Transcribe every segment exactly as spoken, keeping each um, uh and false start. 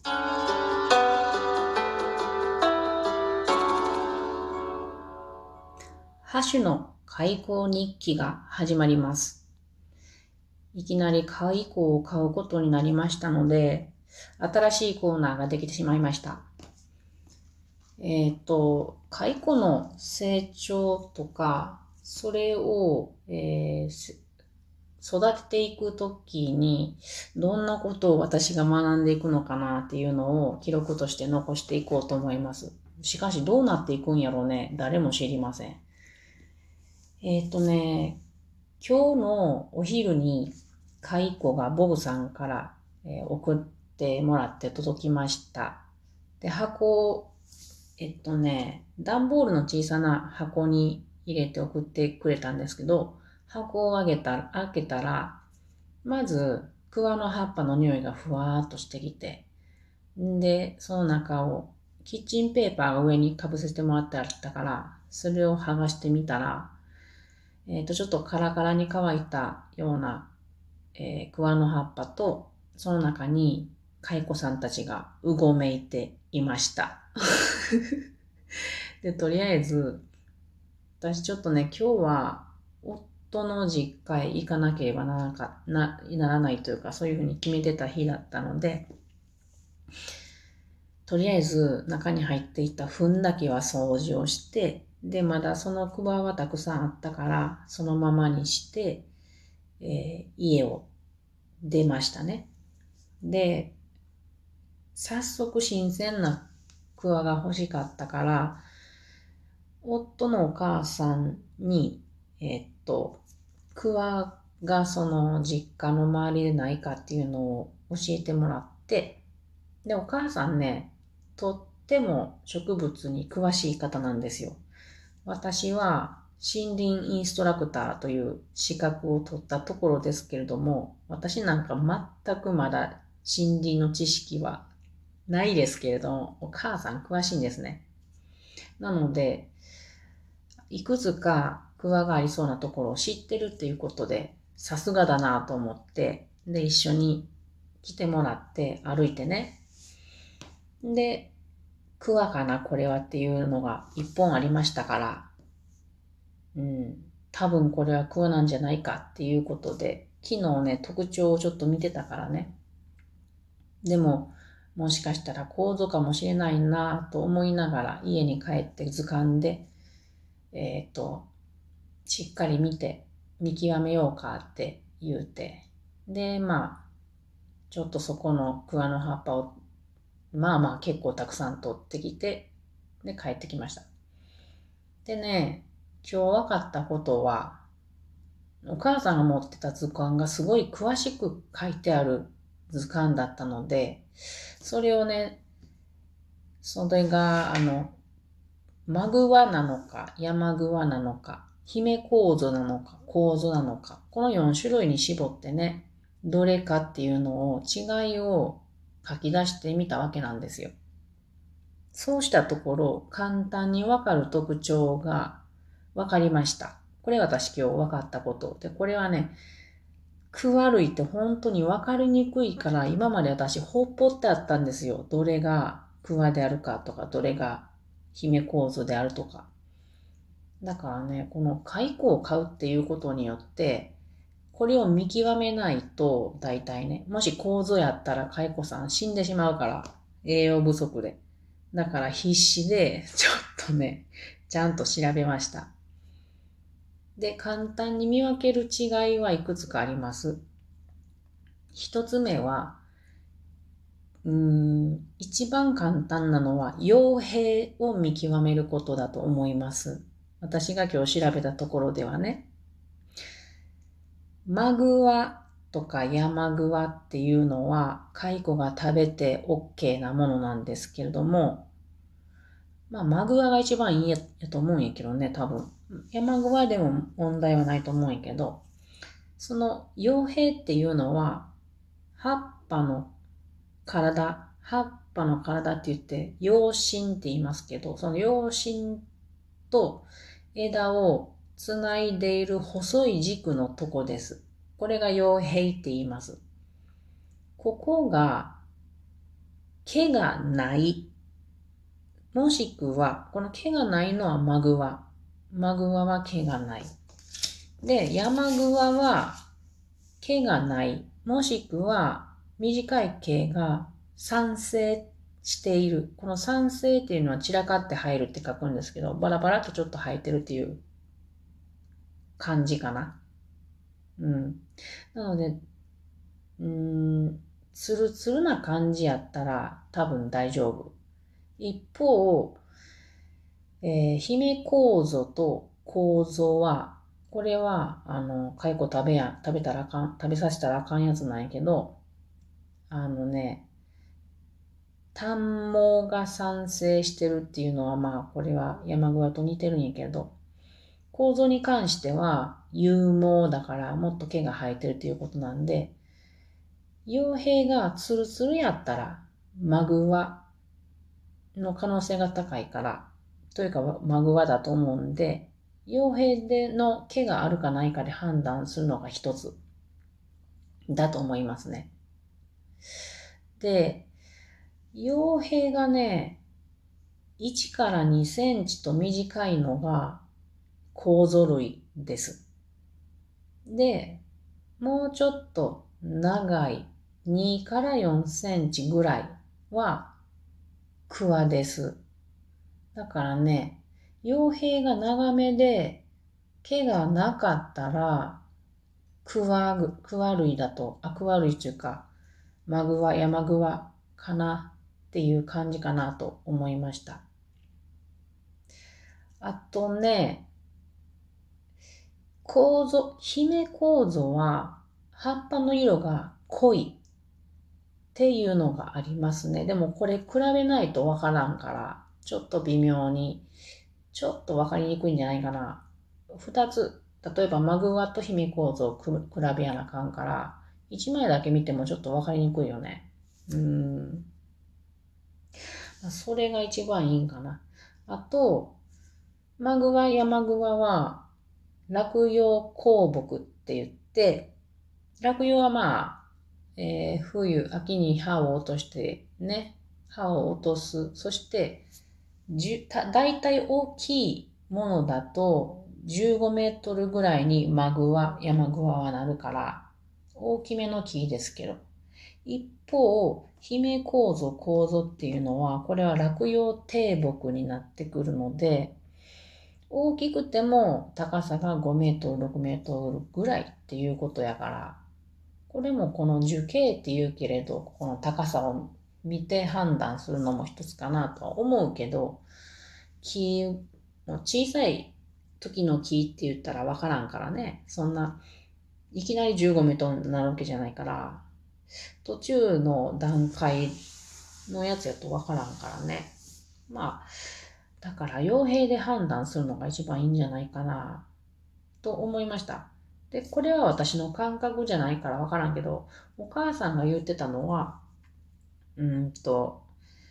ハシの開口日記が始まります。いきなり開口を買うことになりましたので、新しいコーナーができてしまいました。えっ、と、蚕の成長とか、それを、えー育てていくときに、どんなことを私が学んでいくのかなっていうのを記録として残していこうと思います。しかしどうなっていくんやろうね。誰も知りません。えっ、とね、今日のお昼に蚕がボブさんから、えー送ってもらって届きました。で、箱、えっとね、段ボールの小さな箱に入れて送ってくれたんですけど、箱を開けた開けたら、まず、桑の葉っぱの匂いがふわーっとしてきて、んで、その中をキッチンペーパーが上にかぶせてもらってあったから、それを剥がしてみたら、えっと、ちょっとカラカラに乾いたような、えー、桑の葉っぱと、その中に蚕さんたちがうごめいていました。で、とりあえず、私ちょっとね、今日は夫の実家へ行かなければならなかなならないというか、そういうふうに決めてた日だったので、とりあえず中に入っていた糞だけは掃除をして、で、まだそのクワはたくさんあったから、そのままにして、えー家を出ましたね。で、早速新鮮なクワが欲しかったから、夫のお母さんに、えーっと、クワがその実家の周りでないかっていうのを教えてもらって、で、お母さんね、とっても植物に詳しい方なんですよ。私は森林インストラクターという資格を取ったところですけれども、私なんか全くまだ森林の知識はないですけれども、お母さん詳しいんですね。なので、いくつかクワがありそうなところを知ってるっていうことで、さすがだなと思って、で、一緒に来てもらって歩いてね。で、クワかなこれはっていうのが一本ありましたから、うん、多分これはクワなんじゃないかっていうことで、昨日ね、特徴をちょっと見てたからね。でも、もしかしたら構造かもしれないなと思いながら家に帰って図鑑で、えっと、しっかり見て、見極めようかって言うて。で、まあ、ちょっとそこの桑の葉っぱを、まあまあ結構たくさん取ってきて、で、帰ってきました。でね、今日分かったことは、お母さんが持ってた図鑑がすごい詳しく書いてある図鑑だったので、それをね、それが、あの、マグワなのか、ヤマグワなのか、姫構造なのか、構造なのか、このよん種類に絞ってね、どれかっていうのを、違いを書き出してみたわけなんですよ。そうしたところ、簡単にわかる特徴がわかりました。これ私今日分かったこと。で、これはね、句悪いって本当に分かりにくいから、今まで私ほっぽってあったんですよ。どれが句話であるかとか、どれが姫構造であるとか。だからね、この蚕を飼うっていうことによって、これを見極めないと、大体ね、もし構造やったら蚕さん死んでしまうから、栄養不足で。だから必死で、ちょっとね、ちゃんと調べました。で、簡単に見分ける違いはいくつかあります。一つ目は、うーん、一番簡単なのは、傭兵を見極めることだと思います。私が今日調べたところではね、マグワとかヤマグワっていうのは、蚕が食べて OK なものなんですけれども、まあ、マグワが一番いいやと思うんやけどね、多分。ヤマグワでも問題はないと思うんやけど、その傭兵っていうのは、葉っぱの体、葉っぱの体って言って、葉芯って言いますけど、その葉芯と枝をつないでいる細い軸のとこです。これが葉柄って言います。ここが毛がない。もしくは、この毛がないのはマグワ。マグワは毛がない。で、ヤマグワは毛がない。もしくは、短い毛が散生している。この散生っていうのは散らかって生えるって書くんですけど、バラバラとちょっと生えてるっていう感じかな。うん。なので、うーん、ツルツルな感じやったら多分大丈夫。一方、えー、姫構と構造は、これは、あの、蚕食べや、食べたらあかん、食べさせたらあかんやつなんやけど、あのね、短毛が産生してるっていうのは、まあ、これは山桑と似てるんやけど、構造に関しては、有毛だからもっと毛が生えてるということなんで、傭兵がツルツルやったら、マグワの可能性が高いから、というかマグワだと思うんで、傭兵での毛があるかないかで判断するのが一つだと思いますね。で、傭兵がね、いちからにセンチと短いのが構造類です。で、もうちょっと長いにからよんセンチぐらいはクワです。だからね、傭兵が長めで毛がなかったらクワグ、クワ類だと、あ、クワ類っていうか、マグワ、ヤマグワかなっていう感じかなと思いました。あとね、構造、姫構造は葉っぱの色が濃いっていうのがありますね。でもこれ比べないとわからんから、ちょっと微妙に、ちょっとわかりにくいんじゃないかな。二つ、例えばマグワと姫構造を比べやなあかんから、一枚だけ見てもちょっとわかりにくいよね。うーん。それが一番いいんかな。あと、マグワ、ヤマグワは、落葉香木って言って、落葉はまあ、えー冬、秋に葉を落としてね、葉を落とす。そして、じゅた大体大きいものだとじゅうごメートルぐらいにマグワ、山グワはなるから、大きめの木ですけど。一方、姫構造構造っていうのは、これは落葉低木になってくるので、大きくても高さがごメートル、ろくメートルぐらいっていうことやから、これもこの樹形って言うけれど、この高さを見て判断するのも一つかなとは思うけど、木、小さい時の木って言ったらわからんからね、そんないきなりじゅうごメートルになるわけじゃないから、途中の段階のやつやとわからんからね。まあ、だから傭兵で判断するのが一番いいんじゃないかなと思いました。で、これは私の感覚じゃないからわからんけど、お母さんが言ってたのは、うんと、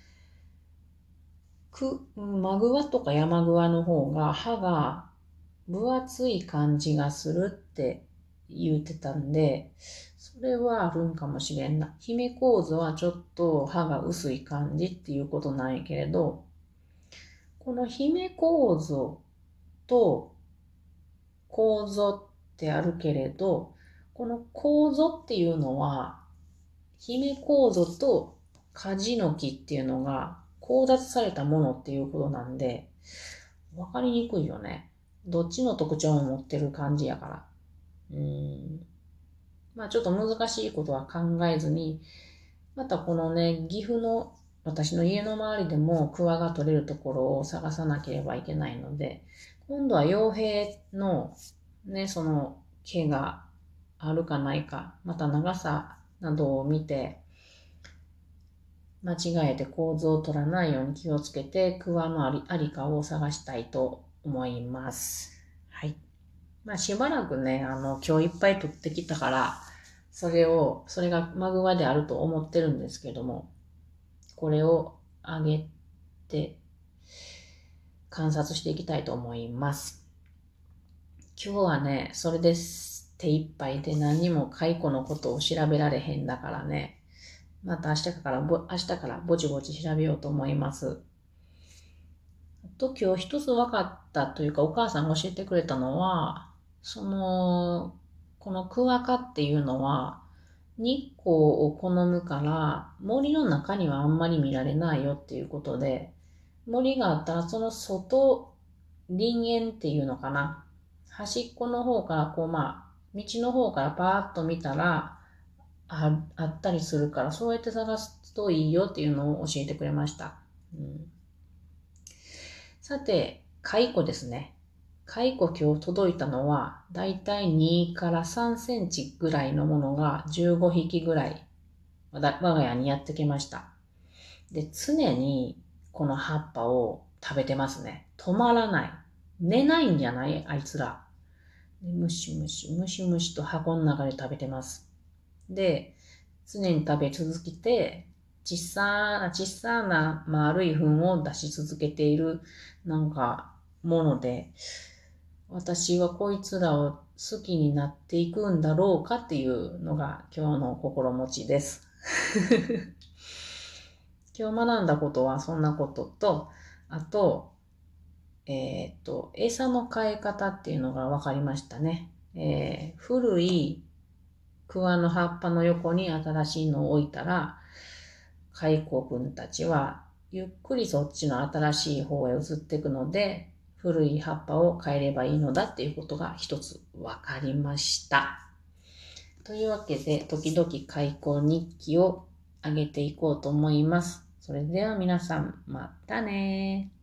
く、マグワとかヤマグワの方が歯が分厚い感じがするって言ってたんで、それはあるんかもしれんな。姫構造はちょっと歯が薄い感じっていうことなんやけれど、この姫構造と構造ってあるけれど、この構造っていうのは、姫構造とカジノキっていうのが交雑されたものっていうことなんで、わかりにくいよね。どっちの特徴を持ってる感じやから。うーん。まあちょっと難しいことは考えずに、またこのね、岐阜の私の家の周りでもクワが取れるところを探さなければいけないので、今度は傭兵のね、その毛があるかないか、また長さなどを見て、間違えて構図を取らないように気をつけて、クワのありありかを探したいと思います。はい。まあしばらくね、あの、今日いっぱい取ってきたから、それを、それがマグワであると思ってるんですけども、これをあげて観察していきたいと思います。今日はね、それです手一杯で何にも蚕のことを調べられへんだからね、 また明日からぼ、明日からぼちぼち調べようと思います。あと今日一つ分かったというか、お母さんが教えてくれたのは、その、このクワ科っていうのは、日光を好むから森の中にはあんまり見られないよっていうことで、森があったらその外、林縁っていうのかな。端っこの方からこうまあ、道の方からパーッと見たらあ、あったりするから、そうやって探すといいよっていうのを教えてくれました。うん、さて、蚕ですね。蚕今日届いたのは、だいたいにからさんセンチぐらいのものがじゅうごひきぐらい、我が家にやってきました。で、常にこの葉っぱを食べてますね。止まらない。寝ないんじゃないあいつら。でムシムシ、ムシムシと箱の中で食べてます。で、常に食べ続けて、小さな小さな丸い糞を出し続けているなんかもので、私はこいつらを好きになっていくんだろうかっていうのが今日の心持ちです。今日学んだことはそんなことと、あと、えっと、餌の変え方っていうのが分かりましたね。えー古い桑の葉っぱの横に新しいのを置いたら、蚕くんたちはゆっくりそっちの新しい方へ移っていくので、古い葉っぱを変えればいいのだっていうことが一つ分かりました。というわけで、時々蚕日記を上げていこうと思います。それでは皆さん、またねー。